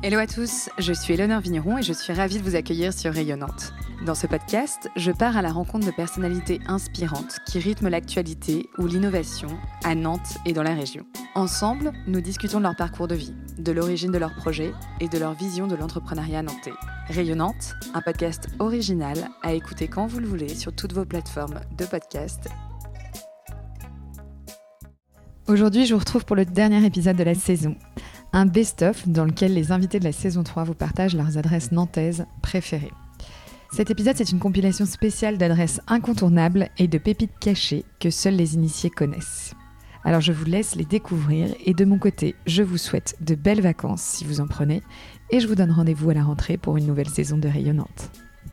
Hello à tous, je suis Éléonore Vigneron et je suis ravie de vous accueillir sur Rayonnante. Dans ce podcast, je pars à la rencontre de personnalités inspirantes qui rythment l'actualité ou l'innovation à Nantes et dans la région. Ensemble, nous discutons de leur parcours de vie, de l'origine de leurs projets et de leur vision de l'entrepreneuriat nantais. Rayonnante, un podcast original à écouter quand vous le voulez sur toutes vos plateformes de podcast. Aujourd'hui, je vous retrouve pour le dernier épisode de la saison. Un best-of dans lequel les invités de la saison 3 vous partagent leurs adresses nantaises préférées. Cet épisode, c'est une compilation spéciale d'adresses incontournables et de pépites cachées que seuls les initiés connaissent. Alors je vous laisse les découvrir et de mon côté, je vous souhaite de belles vacances si vous en prenez et je vous donne rendez-vous à la rentrée pour une nouvelle saison de Rayonnante.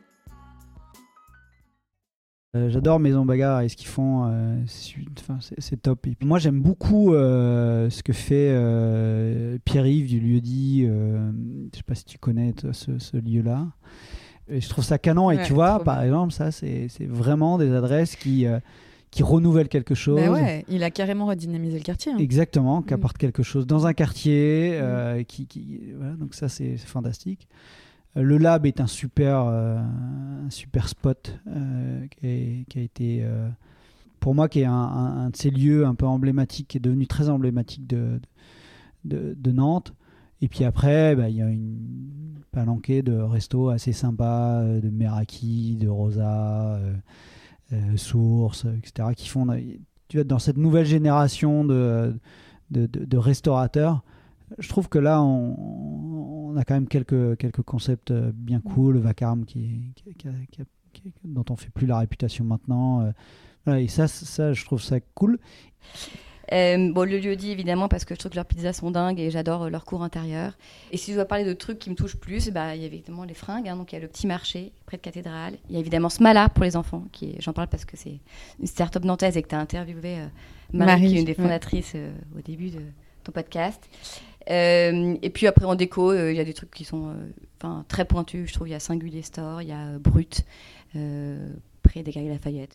J'adore Maison Bagarre et ce qu'ils font, c'est top. Et moi j'aime beaucoup ce que fait Pierre-Yves du lieu-dit, je sais pas si tu connais ce lieu-là. Et je trouve ça canon et tu vois, par exemple, ça c'est vraiment des adresses qui renouvellent quelque chose. Ben ouais, il a carrément redynamisé le quartier. Hein. Exactement, qui apporte quelque chose dans un quartier, voilà, donc ça c'est fantastique. Le Lab est un super spot qui a été, pour moi, qui est un de ces lieux un peu emblématiques, qui est devenu très emblématique de Nantes. Et puis après, il y a une palanquée de restos assez sympas, de Meraki, de Rosa, Source, etc., qui font, tu vois, dans cette nouvelle génération de restaurateurs. Je trouve que là, on a quand même quelques concepts bien cool. Vacarme dont on ne fait plus la réputation maintenant. Voilà, et ça, je trouve ça cool. Le lieu-dit, évidemment, parce que je trouve que leurs pizzas sont dingues et j'adore leur cours intérieur. Et si je dois parler de trucs qui me touchent plus, il y a évidemment les fringues. Donc il y a le petit marché près de Cathédrale. Il y a évidemment Smala pour les enfants. J'en parle parce que c'est une start-up nantaise et que tu as interviewé Marie, qui est une des fondatrices au début de ton podcast. Et puis après en déco, il y a des trucs qui sont très pointus. Je trouve il y a Singulier Store, il y a Brut, près des Galeries Lafayette.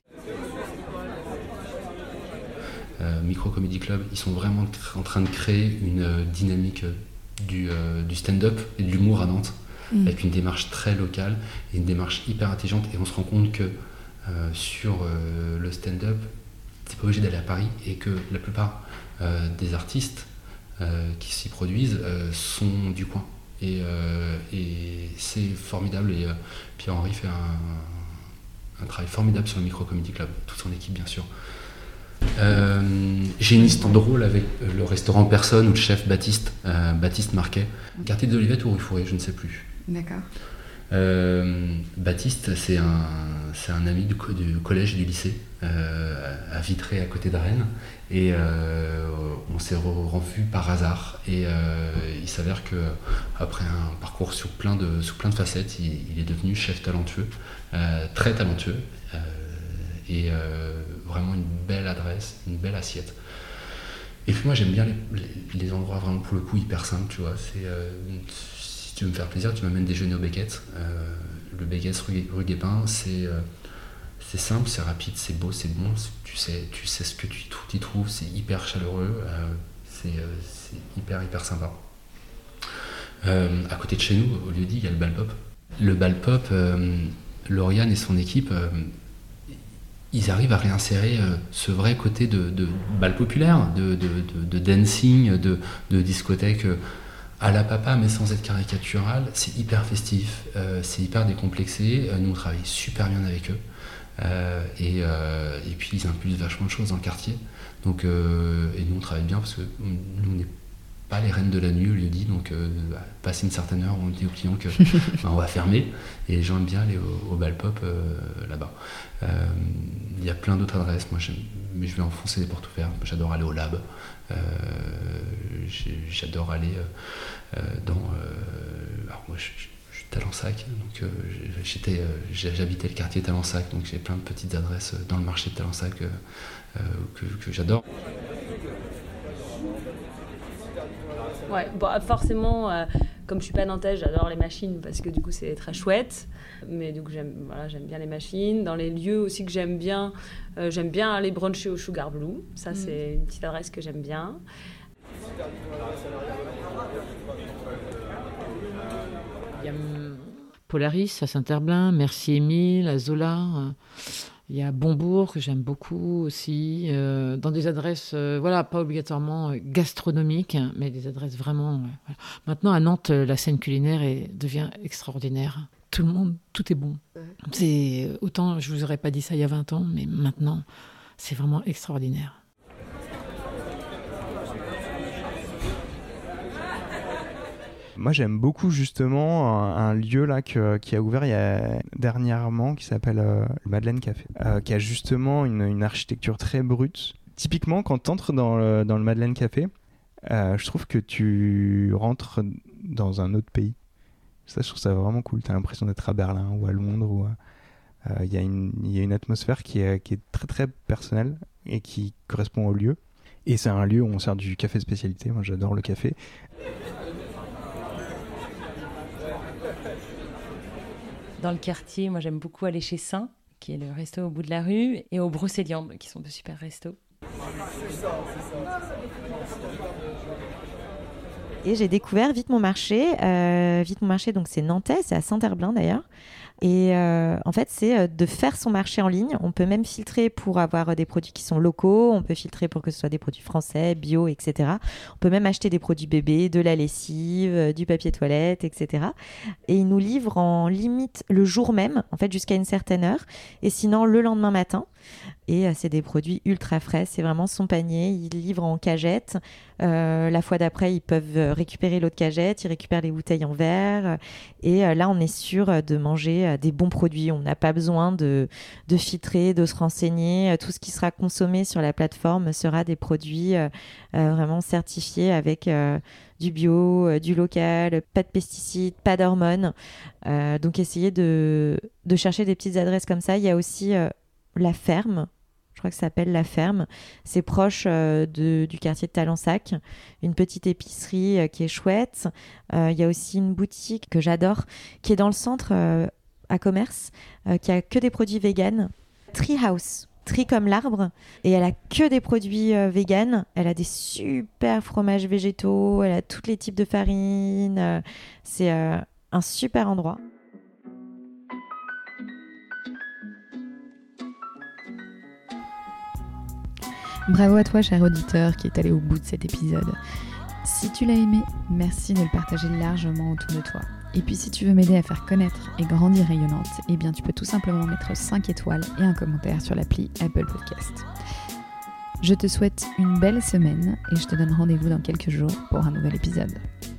Micro Comedy Club, ils sont vraiment en train de créer une dynamique du stand-up et de l'humour à Nantes, avec une démarche très locale et une démarche hyper intelligente. Et on se rend compte que sur le stand-up, t'es pas obligé d'aller à Paris et que la plupart des artistes qui s'y produisent sont du coin. Et c'est formidable. Et Pierre-Henri fait un travail formidable sur le Micro Comedy Club, toute son équipe bien sûr. J'ai une histoire drôle avec le restaurant Personne ou le chef Baptiste Marquet, quartier de Olivette ou rue Fourré, je ne sais plus. D'accord. Baptiste, c'est un ami du collège et du lycée à Vitré à côté de Rennes et on s'est revus par hasard et il s'avère que après un parcours sous plein de facettes, il est devenu chef talentueux, très talentueux et vraiment une belle adresse, une belle assiette. Et puis moi j'aime bien les endroits vraiment pour le coup hyper simples, tu vois. Si tu veux me faire plaisir, tu m'amènes déjeuner au Becquets. Le Becquets rue Guépin, c'est simple, c'est rapide, c'est beau, c'est bon. Tu sais ce que tu y trouves, c'est hyper chaleureux, c'est hyper sympa. À côté de chez nous, au lieu-dit, il y a le Bal Pop. Le Bal Pop, Lauriane et son équipe, ils arrivent à réinsérer ce vrai côté de bal populaire, de dancing, de discothèque à la papa, mais sans être caricatural. C'est hyper festif, c'est hyper décomplexé. Nous, on travaille super bien avec eux. Et puis, ils impulsent vachement de choses dans le quartier. Donc, et nous, on travaille bien parce que nous, on n'est pas les reines de la nuit, au lieu-dit. Donc, passer une certaine heure, on dit aux clients que on va fermer. Et les gens aiment bien aller au Bal Pop là-bas. Il y a plein d'autres adresses. Moi, mais je vais enfoncer les portes ouvertes. J'adore aller au Lab. J'adore aller dans. Alors moi, je suis Talensac, donc j'habitais le quartier Talensac, donc j'ai plein de petites adresses dans le marché de Talensac que j'adore. Ouais, forcément, comme je suis pas nantaise, j'adore les machines parce que du coup c'est très chouette. Mais donc j'aime bien les machines. Dans les lieux aussi que j'aime bien aller bruncher au Sugar Blue. Ça c'est une petite adresse que j'aime bien. Polaris à Saint-Herblain, Merci Émile à Zola. Il y a Bonbourg que j'aime beaucoup aussi. Dans des adresses, pas obligatoirement gastronomiques, mais des adresses vraiment. Voilà. Maintenant à Nantes, la scène culinaire devient extraordinaire. Tout le monde, tout est bon. C'est autant, je vous aurais pas dit ça il y a 20 ans, mais maintenant, c'est vraiment extraordinaire. Moi, j'aime beaucoup justement un lieu là qui a ouvert dernièrement, qui s'appelle le Madeleine Café, qui a justement une architecture très brute. Typiquement, quand tu entres dans le Madeleine Café, je trouve que tu rentres dans un autre pays. Ça, je trouve ça vraiment cool. Tu as l'impression d'être à Berlin ou à Londres. Il y a une atmosphère qui est très très personnelle et qui correspond au lieu. Et c'est un lieu où on sert du café spécialité. Moi, j'adore le café. Dans le quartier, moi j'aime beaucoup aller chez Saint, qui est le resto au bout de la rue, et au Brocéliande, qui sont de super restos. Et j'ai découvert Vite Mon Marché. Vite Mon Marché, donc c'est nantais, c'est à Saint-Herblain d'ailleurs. Et en fait, c'est de faire son marché en ligne. On peut même filtrer pour avoir des produits qui sont locaux. On peut filtrer pour que ce soit des produits français, bio, etc. On peut même acheter des produits bébés, de la lessive, du papier toilette, etc. Et ils nous livrent en limite le jour même, en fait, jusqu'à une certaine heure. Et sinon, le lendemain matin. Et c'est des produits ultra frais. C'est vraiment son panier. Ils livrent en cagette. La fois d'après, ils peuvent récupérer l'autre cagette. Ils récupèrent les bouteilles en verre. Et là, on est sûr de manger des bons produits. On n'a pas besoin de filtrer, de se renseigner. Tout ce qui sera consommé sur la plateforme sera des produits vraiment certifiés avec du bio, du local, pas de pesticides, pas d'hormones. Donc, essayez de chercher des petites adresses comme ça. Il y a aussi La Ferme. Je crois que ça s'appelle La Ferme. C'est proche du quartier de Talensac. Une petite épicerie qui est chouette. Il y a aussi une boutique que j'adore, qui est dans le centre à commerce, qui a que des produits véganes. Tree House. Tree comme l'arbre. Et elle a que des produits véganes. Elle a des super fromages végétaux. Elle a tous les types de farines. C'est un super endroit. Bravo à toi, cher auditeur, qui est allé au bout de cet épisode. Si tu l'as aimé, merci de le partager largement autour de toi. Et puis si tu veux m'aider à faire connaître et grandir Rayonnante, eh bien tu peux tout simplement mettre 5 étoiles et un commentaire sur l'appli Apple Podcast. Je te souhaite une belle semaine et je te donne rendez-vous dans quelques jours pour un nouvel épisode.